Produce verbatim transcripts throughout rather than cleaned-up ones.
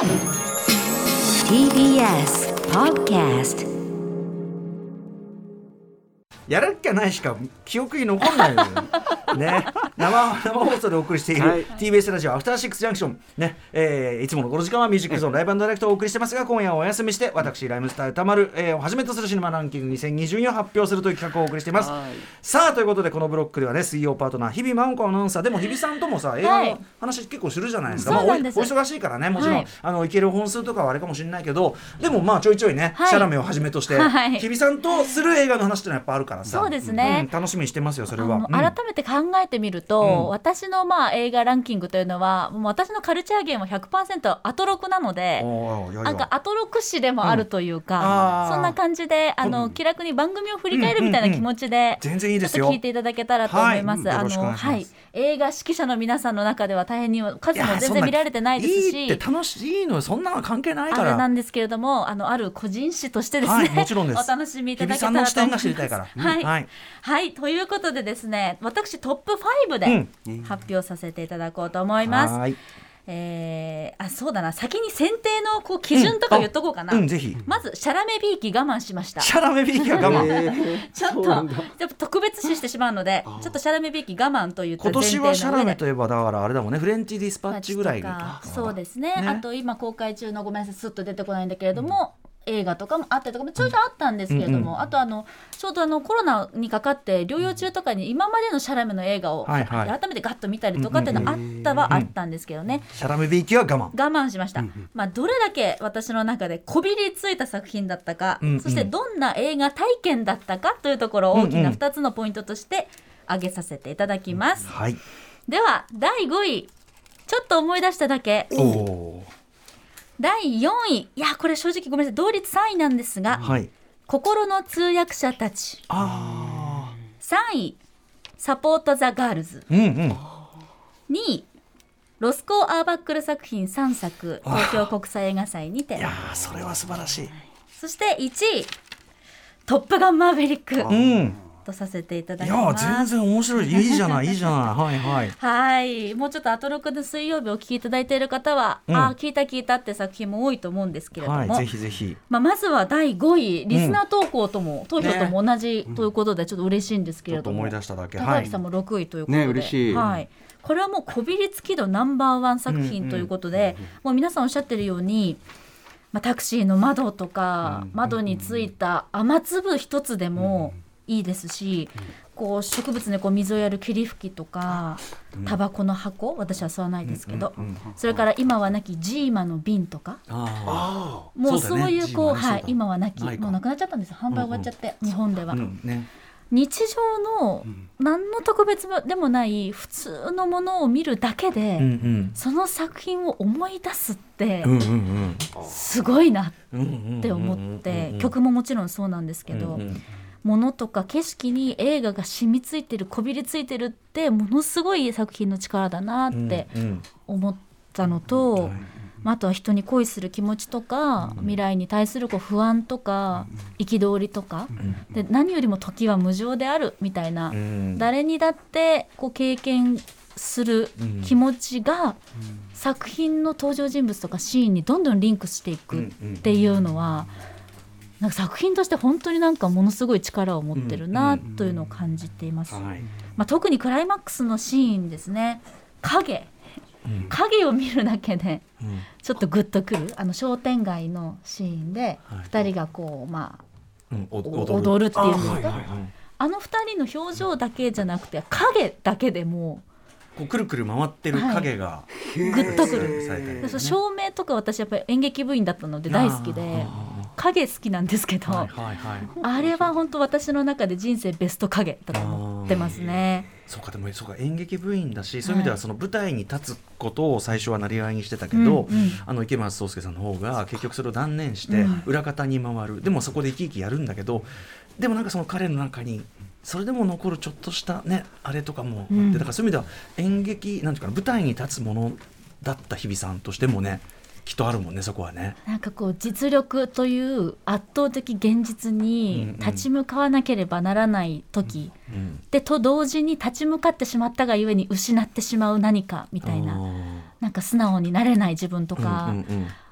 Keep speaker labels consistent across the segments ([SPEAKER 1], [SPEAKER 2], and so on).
[SPEAKER 1] ティービーエス Podcast。
[SPEAKER 2] やるっきゃないしか記憶に残んないのよね。生, 生放送でお送りしている、はい、ティービーエス ラジオアフターシックスジャンクション、ねえー、いつものこの時間はミュージックゾーン、はい、ライブ&ダイレクトをお送りしてますが、今夜はお休みして私ライムスター歌丸、えー、をはじめとするシネマランキングにせんにじゅうにを発表するという企画をお送りしています。さあということでこのブロックではね、水曜パートナー日比真央子アナウンサーでも日比さんともさ映画の話結構するじゃないですか、はい、まあ、お, お忙しいからね、もちろん、はい、あのいける本数とかはあれかもしれないけど、でもまあちょいちょいね、はい、シャラメをはじめとして、はい、日比さんとする映画の話ってのはやっぱあるからさ、
[SPEAKER 3] そうですね、
[SPEAKER 2] うん、楽しみにしてますよそれは、うん、
[SPEAKER 3] 改めて考えてみると、うん、私のまあ映画ランキングというのはもう私のカルチャー源は ひゃくパーセント アトロクなので、なんかアトロク誌でもあるというか、うん、そんな感じであの、うん、気楽に番組を振り返るみたいな気持ちで、
[SPEAKER 2] 全然いいですよ、
[SPEAKER 3] ちょっと聞いていただけたらと思います。あの、はい、映画指揮者の皆さんの中では大変に数も全然見られてないですし、
[SPEAKER 2] いいって楽しいの、そんなの関係ないから
[SPEAKER 3] あれなんですけれども、あのある個人誌としてですね、はい、もちろんです、お楽しみいただけたらと思います。日比さんの視点が知りたいから、はい、はいはい、ということでですね、私トップファイブで発表させていただこうと思います、うん、はい、えー、あそうだな、先に選定のこう基準とか言っとこうかな、
[SPEAKER 2] うんうん、ぜひ。
[SPEAKER 3] まずシャラメビーキ我慢しました。
[SPEAKER 2] シャラメビーキは我慢、え
[SPEAKER 3] ー、ちょっとやっぱ特別視してしまうのでちょっとシャラメビーキ我慢といった前提の上で、
[SPEAKER 2] 今年はシャラメといえばだからあれだもんね、フレンチディスパッチぐらいが、
[SPEAKER 3] そうです ね, ねあと今公開中の、ごめんなさいスッと出てこないんだけれども、うん、映画とかもあったりとかもちょいちょいあったんですけれども、うんうん、あとあのちょうどあのコロナにかかって療養中とかに今までのシャラメの映画を改めてガッと見たりとかっていうのあったはあったんですけどね、
[SPEAKER 2] シャラメビーキは我慢
[SPEAKER 3] 我慢しました、うんうん、まあ、どれだけ私の中でこびりついた作品だったか、うんうん、そしてどんな映画体験だったかというところを大きなふたつのポイントとして挙げさせていただきます、
[SPEAKER 2] うん、はい、
[SPEAKER 3] ではだいごい、ちょっと思い出しただけ、
[SPEAKER 2] お
[SPEAKER 3] だいよんい、いやこれ正直ごめんなさい、同率さんいなんですが、
[SPEAKER 2] はい、
[SPEAKER 3] 心の通訳者たち、
[SPEAKER 2] あ
[SPEAKER 3] さんいサポートザガールズ、
[SPEAKER 2] うんうん、
[SPEAKER 3] にいロスコー・アーバックル作品さんさく東京国際映画祭にて、
[SPEAKER 2] いやそれは素晴らしい、
[SPEAKER 3] そしていちいトップガンマーヴェリック、うんとさせていただきます。
[SPEAKER 2] いや全然面白い、いいじゃないいいじゃないはいはい
[SPEAKER 3] はい、もうちょっとアトロクで水曜日お聞きいただいている方は、うん、あ聞いた聞いたって作品も多いと思うんですけれども、はい、
[SPEAKER 2] ぜひぜひ、
[SPEAKER 3] まあ、まずはだいごいリスナー投稿とも、うん、投票とも同じということでちょっと嬉しいんですけれども、
[SPEAKER 2] うん、ちょっと思い出しただけ、
[SPEAKER 3] 高木さんもろくいということで、
[SPEAKER 4] ね、嬉しい、
[SPEAKER 3] はい、これはもうこびりつき度ナンバーワン作品ということで、うんうん、もう皆さんおっしゃってるように、まあ、タクシーの窓とか、うん、窓についた雨粒一つでもいいですし、うん、こう植物にこう水をやる霧吹きとか、タバコの箱、私は吸わないですけど、うんうんうん、それから今はなきジーマの瓶とか、
[SPEAKER 2] あ
[SPEAKER 3] もうそういうこう、はい、今はなきもうなくなっちゃったんです、販売終わっちゃって、うんうん、日本では、うんね、日常の何の特別でもない普通のものを見るだけで、うんうん、その作品を思い出すって、うんうんうん、すごいなって思って、曲ももちろんそうなんですけど、うんうん、物とか景色に映画が染みついてる、こびりついてるってものすごい作品の力だなって思ったのと、うんうん、あとは人に恋する気持ちとか、未来に対するこう不安とか、憤りとか、で何よりも時は無常であるみたいな、誰にだってこう経験する気持ちが作品の登場人物とかシーンにどんどんリンクしていくっていうのは、なんか作品として本当になんかものすごい力を持ってるなというのを感じています、まあ、特にクライマックスのシーンですね、影影を見るだけでちょっとグッとくる、あの商店街のシーンでふたりがこう、まあうん、踊るっていうんですか、あ,、はいはいはい、あのふたりの表情だけじゃなくて影だけでも
[SPEAKER 2] こうくるくる回ってる影が、は
[SPEAKER 3] い、グッとくる、ね、照明とか私やっぱり演劇部員だったので大好きで影好きなんですけど、はいはいはい、あれは本当私の中で人生ベスト影だと思ってますね。
[SPEAKER 2] そうか、でもそうか、演劇部員だし、そういう意味ではその舞台に立つことを最初はなりわいにしてたけど、うんうん、あの池松壮亮さんの方が結局それを断念して裏方に回る、うん、でもそこで生き生きやるんだけど、でもなんかその彼の中にそれでも残るちょっとしたねあれとかもあって、うん、だからそういう意味では演劇なんていうかな、舞台に立つものだった日比さんとしてもねきっとあるもんね、そこはね。
[SPEAKER 3] なんかこう実力という圧倒的現実に立ち向かわなければならない時、うんうん、でと同時に立ち向かってしまったがゆえに失ってしまう何かみたいな、なんか素直になれない自分とか、うんうんうん、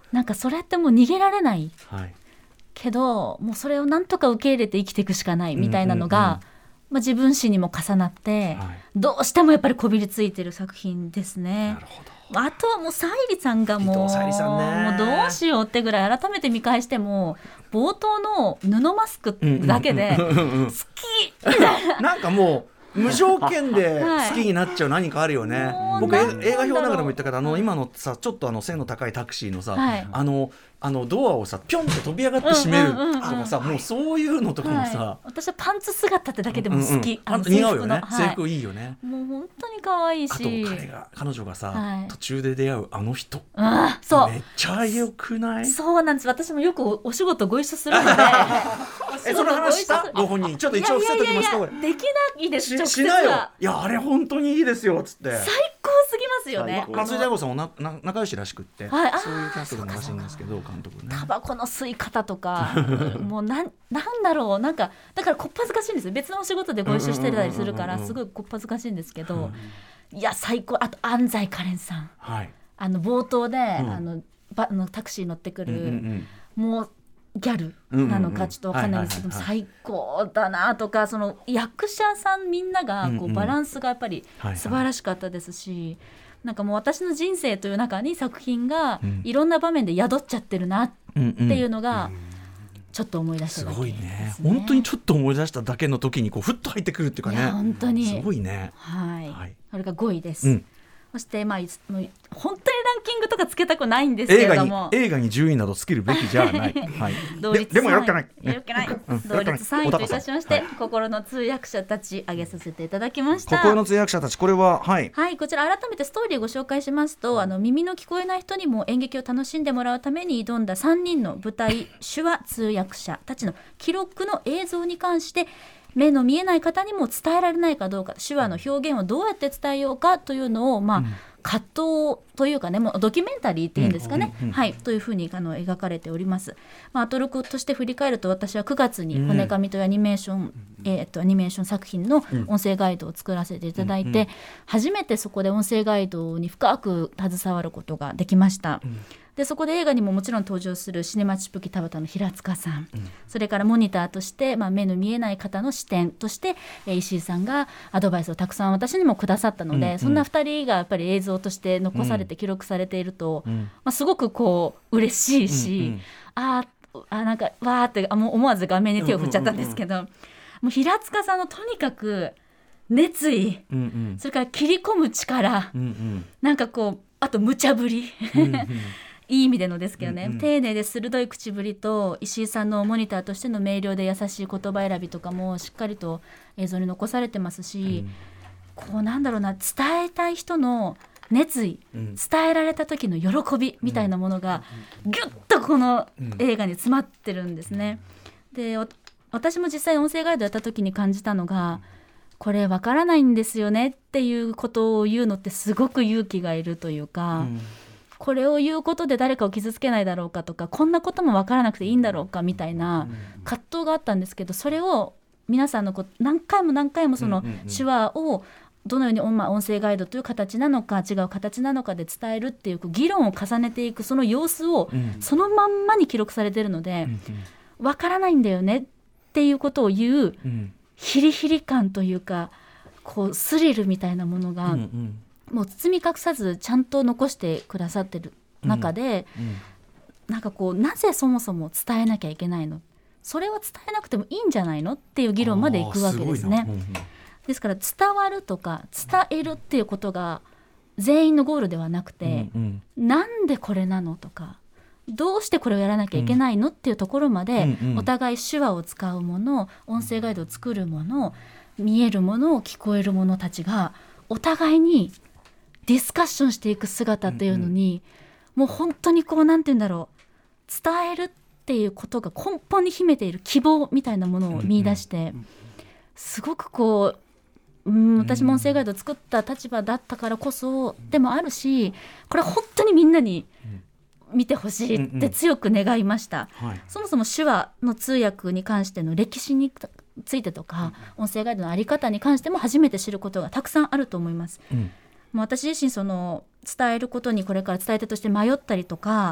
[SPEAKER 3] なんかそれってもう逃げられない、
[SPEAKER 2] はい、
[SPEAKER 3] けどもうそれをなんとか受け入れて生きていくしかないみたいなのが、うんうんうん、まあ、自分史にも重なって、はい、どうしてもやっぱりこびりついてる作品ですね。
[SPEAKER 2] なるほど。
[SPEAKER 3] あとはもう沙莉さんがもう、
[SPEAKER 2] 伊藤沙莉さんね、
[SPEAKER 3] もうどうしようってぐらい改めて見返しても冒頭の布マスクだけで好きみたいな
[SPEAKER 2] なんかもう無条件で好きになっちゃう何かあるよね、はい、僕映画表ながらも言ったから、あの今のさちょっとあの背の高いタクシーのさ、はい、あのあのドアをさピョンって飛び上がって閉めるとかさ、もうそういうのとかもさ、はい、
[SPEAKER 3] 私はパンツ姿ってだけでも好き、
[SPEAKER 2] うんうん、あの似合うよね、はい、制服いいよね。
[SPEAKER 3] もう本当に可愛いし、
[SPEAKER 2] あと彼が彼女がさ、
[SPEAKER 3] はい、
[SPEAKER 2] 途中で出会うあの人、
[SPEAKER 3] あそう
[SPEAKER 2] めっちゃ良くない？
[SPEAKER 3] そうなんです。私もよく お, お仕事ご一緒するので
[SPEAKER 2] えその話したご本人ちょっと一応伏せときますか。
[SPEAKER 3] いやいやいやできないです。直接
[SPEAKER 2] しなよ。いやあれ本当にいいですよっつって。
[SPEAKER 3] 最高すぎますよね。
[SPEAKER 2] 松井大吾さんもなな仲良しらしくって、
[SPEAKER 3] はい、
[SPEAKER 2] そういうキャストのらしいんですけど、監督ね。
[SPEAKER 3] タバコの吸い方とかもうなん、なんだろう、なんかだからこっぱずかしいんですよ。別のお仕事でご一緒してたりするからすごいこっぱずかしいんですけど、うん、いや最高。あと安西かれんさん、はい、あの冒頭で、うん、あのバあのタクシー乗ってくる、うんうんうん、もうギャルなのかちょっと分かんないんですけど、最高だなとか、その役者さんみんながこうバランスがやっぱり素晴らしかったですし、うんうん、なんかもう私の人生という中に作品がいろんな場面で宿っちゃってるなっていうのがちょっと思い出しただけですね。
[SPEAKER 2] すごいね。本当にちょっと思い出しただけの時にこうふっと入ってくるっていうかね。
[SPEAKER 3] いや本当に
[SPEAKER 2] すごいね。
[SPEAKER 3] はい。
[SPEAKER 2] はい、
[SPEAKER 3] それがごいです。
[SPEAKER 2] うん、
[SPEAKER 3] そしてまあもう本当にランキングとかつけたくないんですけれども、
[SPEAKER 2] 映画に映画に順位などつけるべきじゃない。はい、
[SPEAKER 3] 同率
[SPEAKER 2] で, でもよくない。
[SPEAKER 3] よくない。同率さんいといたしまして、はい、心の通訳者たち挙げさせていただきました。
[SPEAKER 2] 心の通訳者たち、これははい、
[SPEAKER 3] はい、こちら改めてストーリーをご紹介しますと、あの耳の聞こえない人にも演劇を楽しんでもらうために挑んださんにんの舞台手話通訳者たちの記録の映像に関して、目の見えない方にも伝えられないかどうか、手話の表現をどうやって伝えようかというのを、まあ、うん、葛藤というかね、もうドキュメンタリーっていうんですかね、うんうんうん、はい、というふうにあの描かれております。まあ、アトロクとして振り返ると、私はくがつに骨紙というアニメーション、うん、えー、っとアニメーション作品の音声ガイドを作らせていただいて、うんうん、初めてそこで音声ガイドに深く携わることができました。うん、でそこで映画にももちろん登場するシネマチップキ田端の平塚さん、うん、それからモニターとして、まあ、目の見えない方の視点として、えー、石井さんがアドバイスをたくさん私にもくださったので、うんうん、そんなふたりがやっぱり映像として残されて記録されていると、うん、まあ、すごくこう嬉しいし、うんうん、ああなんかわーってあもう思わず画面に手を振っちゃったんですけど、うんうんうん、もう平塚さんのとにかく熱意、うんうん、それから切り込む力、うんうん、なんかこうあと無茶ぶり、うんうん、いい意味でのですけどね、うんうん、丁寧で鋭い口ぶりと石井さんのモニターとしての明瞭で優しい言葉選びとかもしっかりと映像に残されてますし、うん、こうなんだろうな、伝えたい人の熱意、うん、伝えられた時の喜びみたいなものがギュッとこの映画に詰まってるんですね。で私も実際音声ガイドやった時に感じたのが、これわからないんですよねっていうことを言うのってすごく勇気がいるというか、うん、これを言うことで誰かを傷つけないだろうかとか、こんなこともわからなくていいんだろうかみたいな葛藤があったんですけど、それを皆さんのこ何回も何回もその手話をどのように音声ガイドという形なのか違う形なのかで伝えるっていう議論を重ねていくその様子をそのまんまに記録されているので、わからないんだよねっていうことを言うヒリヒリ感というか、こうスリルみたいなものがもう包み隠さずちゃんと残してくださってる中で、なんかこうなぜそもそも伝えなきゃいけないの、それは伝えなくてもいいんじゃないのっていう議論までいくわけですね。ですから伝わるとか伝えるっていうことが全員のゴールではなくて、うんうん、なんでこれなのとか、どうしてこれをやらなきゃいけないのっていうところまで、うんうん、お互い手話を使うもの、音声ガイドを作るもの、見えるもの、聞こえるものたちがお互いにディスカッションしていく姿っていうのに、うんうん、もう本当にこうなんて言うんだろう、伝えるっていうことが根本に秘めている希望みたいなものを見出して、うんうん、すごくこううん私も音声ガイドを作った立場だったからこそでもあるし、これ本当にみんなに見てほしいって強く願いました、うんうんはい、そもそも手話の通訳に関しての歴史についてとか、うん、音声ガイドの在り方に関しても初めて知ることがたくさんあると思います、うん、もう私自身その伝えることにこれから伝え手として迷ったりとか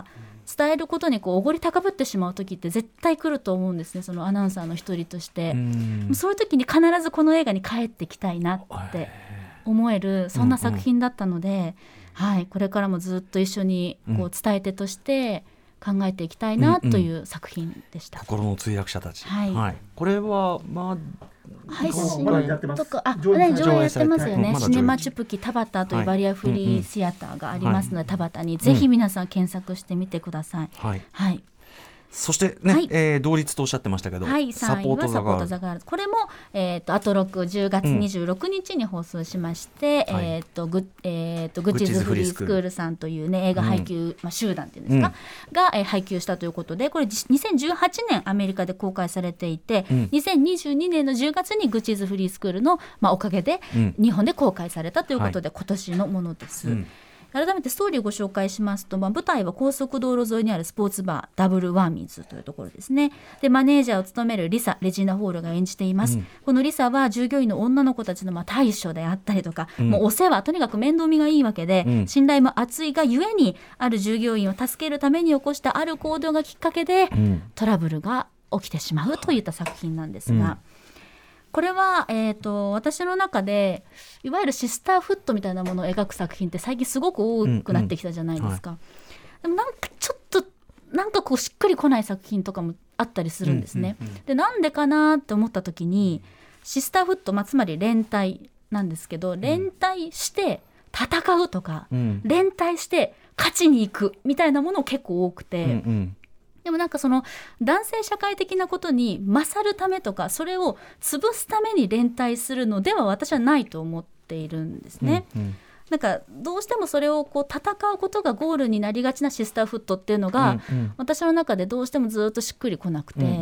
[SPEAKER 3] 伝えることにこうおごり高ぶってしまう時って絶対来ると思うんですね、そのアナウンサーの一人として。うんそういう時に必ずこの映画に帰ってきたいなって思えるそんな作品だったので、うんうんはい、これからもずっと一緒にこう伝え手として考えていきたいなという作品でした、
[SPEAKER 2] うんうん、心の通訳者たち、
[SPEAKER 3] はいはい、
[SPEAKER 2] これはまあ
[SPEAKER 3] 配信とかあ上映やってますよね、ま、シネマチュプキ田端というバリアフリーシアターがありますので、はい、田端にぜひ皆さん検索してみてください、うんはいはい、
[SPEAKER 2] そしてね、はいえー、同率とおっしゃってましたけど、
[SPEAKER 3] はい、サポートザガールズ、これも、えー、とアトロクじゅうがつにじゅうろくにちに放送しまして、うんえーとグえー、とグッチーズフリースクールさんという、ね、映画配給、うんまあ、集団っていうんですか、うん、が、えー、配給したということで、これにせんじゅうはちねんアメリカで公開されていて、うん、にせんにじゅうにねんのじゅうがつにグッチーズフリースクールの、まあ、おかげで、うん、日本で公開されたということで、はい、今年のものです、うん改めてストーリーをご紹介しますと、まあ、舞台は高速道路沿いにあるスポーツバーダブルワーミーズというところですね。でマネージャーを務めるリサレジーナ・ホールが演じています、うん、このリサは従業員の女の子たちのまあ対処であったりとか、うん、もうお世話とにかく面倒見がいいわけで、うん、信頼も厚いがゆえにある従業員を助けるために起こしたある行動がきっかけで、うん、トラブルが起きてしまうといった作品なんですが、うんこれは、えーと、私の中でいわゆるシスターフットみたいなものを描く作品って最近すごく多くなってきたじゃないですか、うんうんはい、でもなんかちょっとなんかこうしっくりこない作品とかもあったりするんですね、うんうんうん、でなんでかなって思った時にシスターフット、まあ、つまり連帯なんですけど連帯して戦うとか、うん、連帯して勝ちに行くみたいなもの結構多くて、うんうんでもなんかその男性社会的なことに勝るためとかそれを潰すために連帯するのでは私はないと思っているんですね、うんうん、なんかどうしてもそれをこう戦うことがゴールになりがちなシスターフットっていうのが、うんうん、私の中でどうしてもずっとしっくりこなくて、うんうんうん、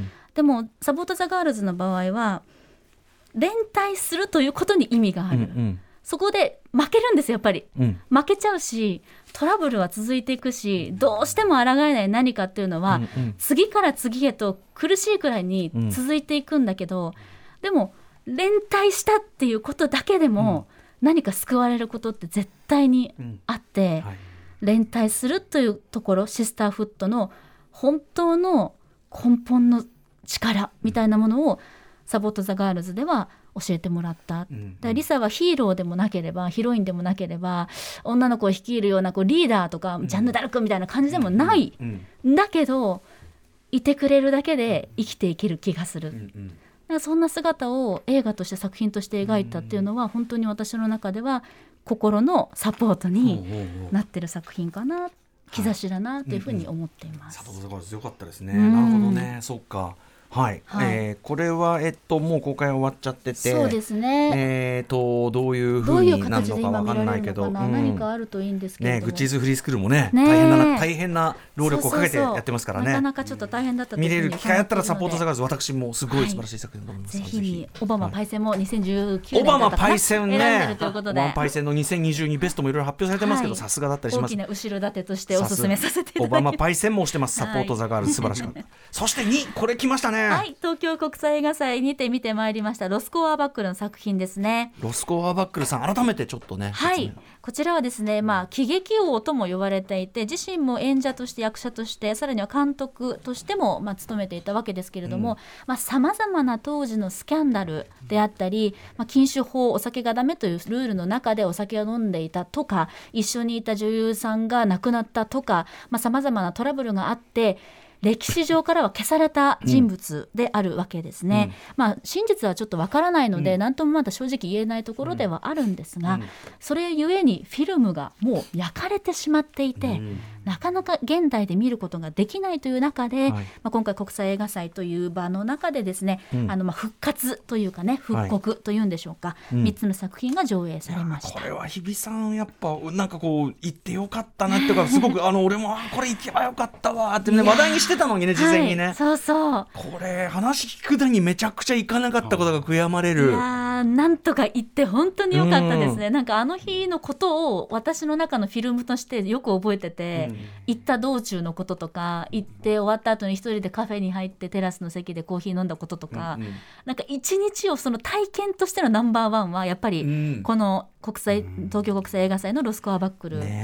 [SPEAKER 3] でもサポートザガールズの場合は連帯するということに意味がある、うんうんそこで負けるんですよやっぱり、うん、負けちゃうしトラブルは続いていくしどうしても抗えない何かっていうのは、うんうん、次から次へと苦しいくらいに続いていくんだけど、うん、でも連帯したっていうことだけでも、うん、何か救われることって絶対にあって、うんはい、連帯するというところシスターフットの本当の根本の力みたいなものをサポートザガールズでは教えてもらった、うんうん、だからリサはヒーローでもなければヒロインでもなければ女の子を率いるようなこうリーダーとか、うん、ジャンヌ・ダルクみたいな感じでもない、うんうん、だけどいてくれるだけで生きていける気がする、うんうん、だからそんな姿を映画として作品として描いたっていうのは、うん、本当に私の中では心のサポートになってる作品かな、兆しだなというふうに思っています、
[SPEAKER 2] はいうんうん、サポートザガールズ良かったですね、うん、なるほどねそうかはいはいえー、これは、えっと、もう公開終わっちゃってて
[SPEAKER 3] そうですね、
[SPEAKER 2] えー、とどういう風になるのか分かんないけど、
[SPEAKER 3] うん、何かあるといいんですけれども、
[SPEAKER 2] ね、グッチーズフリースクールも ね, ね大変な大変な労力をかけてやってますからね、
[SPEAKER 3] そうそうそうなかなかちょっと大変だったと
[SPEAKER 2] 見れる機会あったらサポートザガールズ私もすごい素晴らしい作品だと思います、
[SPEAKER 3] はい、ぜひオバマパイセンもにせんじゅうきゅうねん
[SPEAKER 2] オバマパイセンね
[SPEAKER 3] 選んでるということで
[SPEAKER 2] オバマパイセンのにせんにじゅうにベストもいろいろ発表されてますけど、さすがだったりします。
[SPEAKER 3] 大きな後ろ盾としてお勧めさせていただきます。
[SPEAKER 2] オバマパイセンも押してますサポートザガールズ素晴らしかったそしてにこれ来ましたね、
[SPEAKER 3] はい、東京国際映画祭にて見てまいりましたロスコ・アーバックルの作品ですね。
[SPEAKER 2] ロスコ・アーバックルさん改めてちょっとね
[SPEAKER 3] はいこちらはですね、まあ、喜劇王とも呼ばれていて自身も演者として役者としてさらには監督としても、まあ、務めていたわけですけれどもさまざ、まな当時のスキャンダルであったり、まあ、禁酒法お酒がダメというルールの中でお酒を飲んでいたとか一緒にいた女優さんが亡くなったとかさまざ、まなトラブルがあって歴史上からは消された人物であるわけですね、うんまあ、真実はちょっとわからないので、うん、何ともまだ正直言えないところではあるんですが、うん、それゆえにフィルムがもう焼かれてしまっていて、うん、なかなか現代で見ることができないという中で、はいまあ、今回国際映画祭という場の中でですね、うん、あのまあ復活というかね復刻というんでしょうか、はい、みっつの作品が上映されました。
[SPEAKER 2] これは日比さんやっぱなんかこう言ってよかったなっていうかすごくあの俺もあこれ行けばよかったわって、ね、話題にしてたのにね事前にね、
[SPEAKER 3] はい、そうそう
[SPEAKER 2] これ話聞くだにめちゃくちゃ行かなかったことが悔やまれる。
[SPEAKER 3] いやなんとか行って本当によかったですね。なんかあの日のことを私の中のフィルムとしてよく覚えてて、うん、行った道中のこととか行って終わった後に一人でカフェに入ってテラスの席でコーヒー飲んだこととか、うんうん、なんか一日をその体験としてのナンバーワンはやっぱりこの国際東京国際映画祭のロスコ・アーバックル、ね、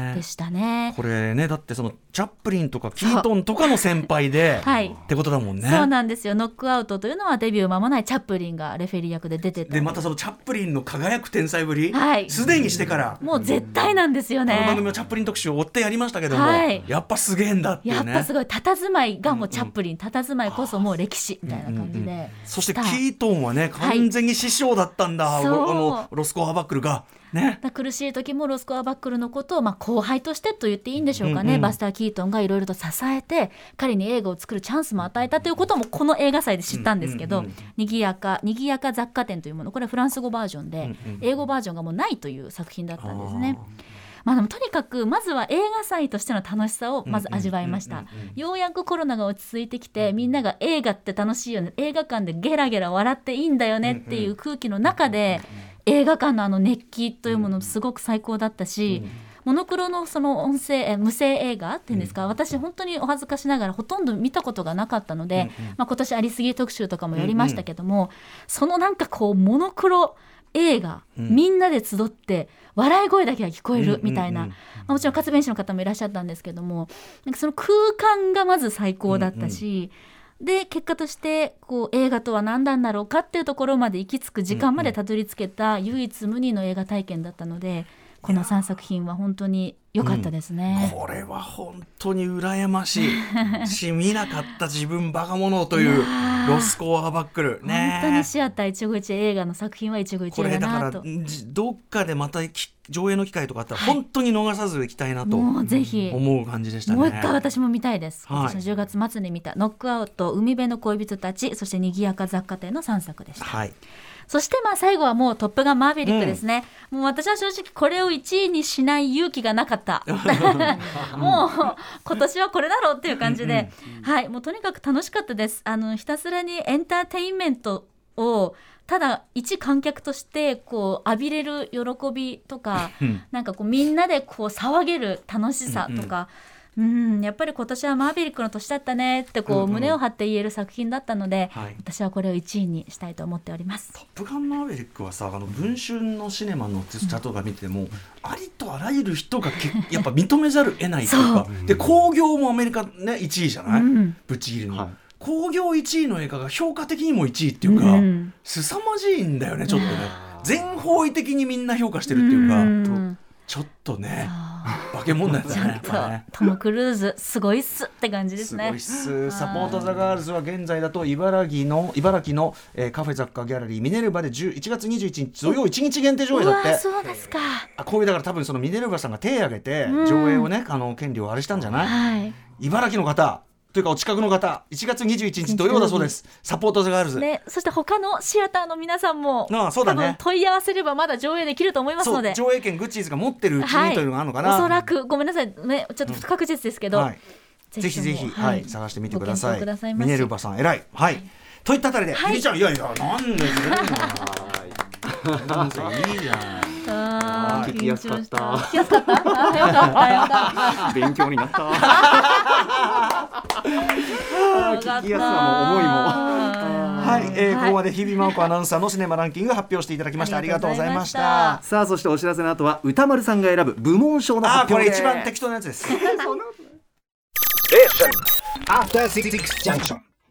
[SPEAKER 3] でしたね。
[SPEAKER 2] これねだってそのチャップリンとかキートンとかの先輩で、はい、ってことだもんね。
[SPEAKER 3] そうなんですよ。ノックアウトというのはデビュー間もないチャップリンがレフェリー役で出てた
[SPEAKER 2] でまたそのチャップリンの輝く天才ぶり、
[SPEAKER 3] はい、
[SPEAKER 2] すでにしてから
[SPEAKER 3] もう絶対なんですよね。
[SPEAKER 2] この番組のチャップリン特集を追ってやりましたけども、はい、やっぱすげえんだっていうね。
[SPEAKER 3] やっぱすごい佇まいがもうチャップリン、うんうん、佇まいこそもう歴史みたいな感じで、うんうんうん、
[SPEAKER 2] そしてキートンはね完全に師匠だったんだ、はい、あのロスコアバックルがね、
[SPEAKER 3] だ苦しい時もロスコアバックルのことを、まあ、後輩としてと言っていいんでしょうかね、うんうん、バスター・キートンがいろいろと支えて彼に映画を作るチャンスも与えたということもこの映画祭で知ったんですけど、うんうんうん、にぎやかにぎやか雑貨店というもの、これはフランス語バージョンで、うんうん、英語バージョンがもうないという作品だったんですね。まあ、でもとにかくまずは映画祭としての楽しさをまず味わいました。ようやくコロナが落ち着いてきてみんなが映画って楽しいよね、映画館でゲラゲラ笑っていいんだよねっていう空気の中で映画館のあの熱気というものすごく最高だったし、モノクロのその音声無声映画っていうんですか、私本当にお恥ずかしながらほとんど見たことがなかったので、まあ、今年ありすぎ特集とかもやりましたけども、そのなんかこうモノクロ映画、みんなで集って笑い声だけが聞こえるみたいな、まあ、もちろん活弁士の方もいらっしゃったんですけども、なんかその空間がまず最高だったし、で結果としてこう映画とは何なんだろうかっていうところまで行き着く時間までたどり着けた唯一無二の映画体験だったので、このさんさく品は本当に良かったですね、
[SPEAKER 2] うん、これは本当に羨ましいし見なかった自分バカ者というロスコアバックル、ね、
[SPEAKER 3] 本当にシアター一期一会映画の作品は一期一会だなと。
[SPEAKER 2] これだからどっかでまた上映の機会とかあったら本当に逃さず行きたいなと思う感じでしたね。
[SPEAKER 3] もう一回私も見たいです。今年のじゅうがつ末に見たノックアウト、海辺の恋人たち、そしてにぎやか雑貨店のさんさくでした、はい。そしてまあ最後はもうトップガンマーヴェリックですね、うん、もう私は正直これをいちいにしない勇気がなかったもう今年はこれだろうっていう感じで、はい、もうとにかく楽しかったです。あのひたすらにエンターテインメントをただ一観客としてこう浴びれる喜びとかなんかこうみんなでこう騒げる楽しさとか、うん、やっぱり今年はマーヴェリックの年だったねってこう胸を張って言える作品だったので、はい、私はこれをいちいにしたいと思っております。
[SPEAKER 2] トップガンマーヴェリックはさ、あの文春のシネマのチャートが見ても、うん、ありとあらゆる人がけやっぱ認めざるを得ないというかで興行もアメリカ、ね、いちいじゃない、うん、ぶっちぎりの、はい、興行いちいの映画が評価的にもいちいっていうか、うん、凄まじいんだよねちょっとね。全方位的にみんな評価してるっていうか、うん、ちょっとね化け物だったね。
[SPEAKER 3] ちゃんとトム・クルーズすごいっすって感じですね。
[SPEAKER 2] すごいっす。サポートザガールズは現在だと茨城の茨城の、えー、カフェ雑貨ギャラリーミネルヴァでいちがつにじゅういちにち土曜いちにち限定上映だって。
[SPEAKER 3] そうですか。
[SPEAKER 2] あ、こういうだから多分そのミネルヴァさんが手を挙げて上映をね、うん、あの権利をあれしたんじゃない、はい、茨城の方というかお近くの方いちがつにじゅういちにち土曜だそうです。サポートザガールズ、
[SPEAKER 3] ね、そして他のシアターの皆さんも
[SPEAKER 2] ああそうだ、ね、
[SPEAKER 3] 多分問い合わせればまだ上映できると思いますので、
[SPEAKER 2] 上映権グッチーズが持ってるうちにというのがあるのかな、
[SPEAKER 3] はい、おそらくごめんなさい、ね、ちょっと不確実ですけど、うんはい、
[SPEAKER 2] ぜひぜひ、はい、探してみてください。ミネルヴァさん偉い、はいはい、といったあたりで、はい、ひびちゃんいやいやなんでなんでいいじゃん
[SPEAKER 4] あ聞きやすかった。
[SPEAKER 3] 聞きやすかった。よかったよかった。
[SPEAKER 4] 勉強になった。聞きやすさも思いも。
[SPEAKER 2] はい、えーはい、ここまで日比真央子アナウンサーのシネマランキング発表していただきました。ありがとうございました。
[SPEAKER 4] さあそしてお知らせの後は歌丸さんが選ぶ部門賞の発表です。
[SPEAKER 2] あ、これ一番適当なやつです。
[SPEAKER 5] After Six Junction